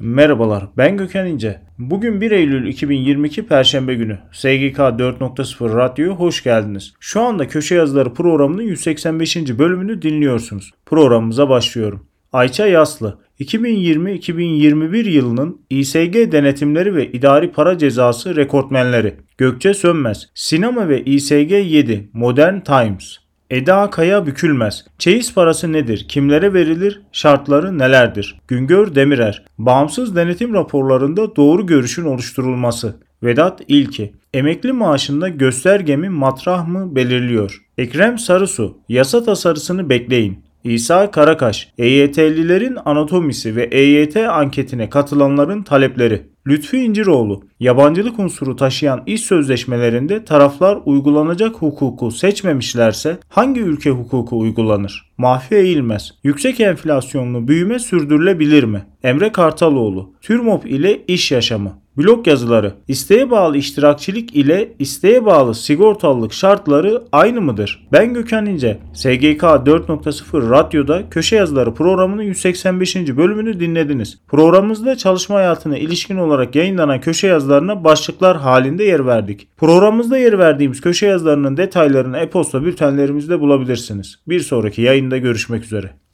Merhabalar, ben Gökhan İnce. Bugün 1 Eylül 2022 Perşembe günü. SGK 4.0 Radyo'ya hoş geldiniz. Şu anda Köşe Yazıları programının 185. bölümünü dinliyorsunuz. Programımıza başlıyorum. Ayça Yaslı, 2020-2021 yılının İSG denetimleri ve idari para cezası rekortmenleri. Gökçe Sönmez, Sinema ve İSG 7, Modern Times. Eda Kaya Bükülmez. Çeyiz parası nedir? Kimlere verilir? Şartları nelerdir? Güngör Demirer. Bağımsız denetim raporlarında doğru görüşün oluşturulması. Vedat İlki. Emekli maaşında gösterge mi matrah mı belirliyor? Ekrem Sarısu. Yasa tasarısını bekleyin. İsa Karakaş, EYT'lilerin anatomisi ve EYT anketine katılanların talepleri. Lütfü İnciroğlu, yabancılık unsuru taşıyan iş sözleşmelerinde taraflar uygulanacak hukuku seçmemişlerse hangi ülke hukuku uygulanır? Mahfi Eğilmez, yüksek enflasyonlu büyüme sürdürülebilir mi? Emre Kartaloğlu, TÜRMOP ile iş yaşamı. Blog yazıları, isteğe bağlı iştirakçilik ile isteğe bağlı sigortalılık şartları aynı mıdır? Ben Gökhan İnce, SGK 4.0 Radyo'da Köşe Yazıları programının 185. bölümünü dinlediniz. Programımızda çalışma hayatına ilişkin olarak yayınlanan köşe yazılarına başlıklar halinde yer verdik. Programımızda yer verdiğimiz köşe yazılarının detaylarını e-posta bültenlerimizde bulabilirsiniz. Bir sonraki yayında görüşmek üzere.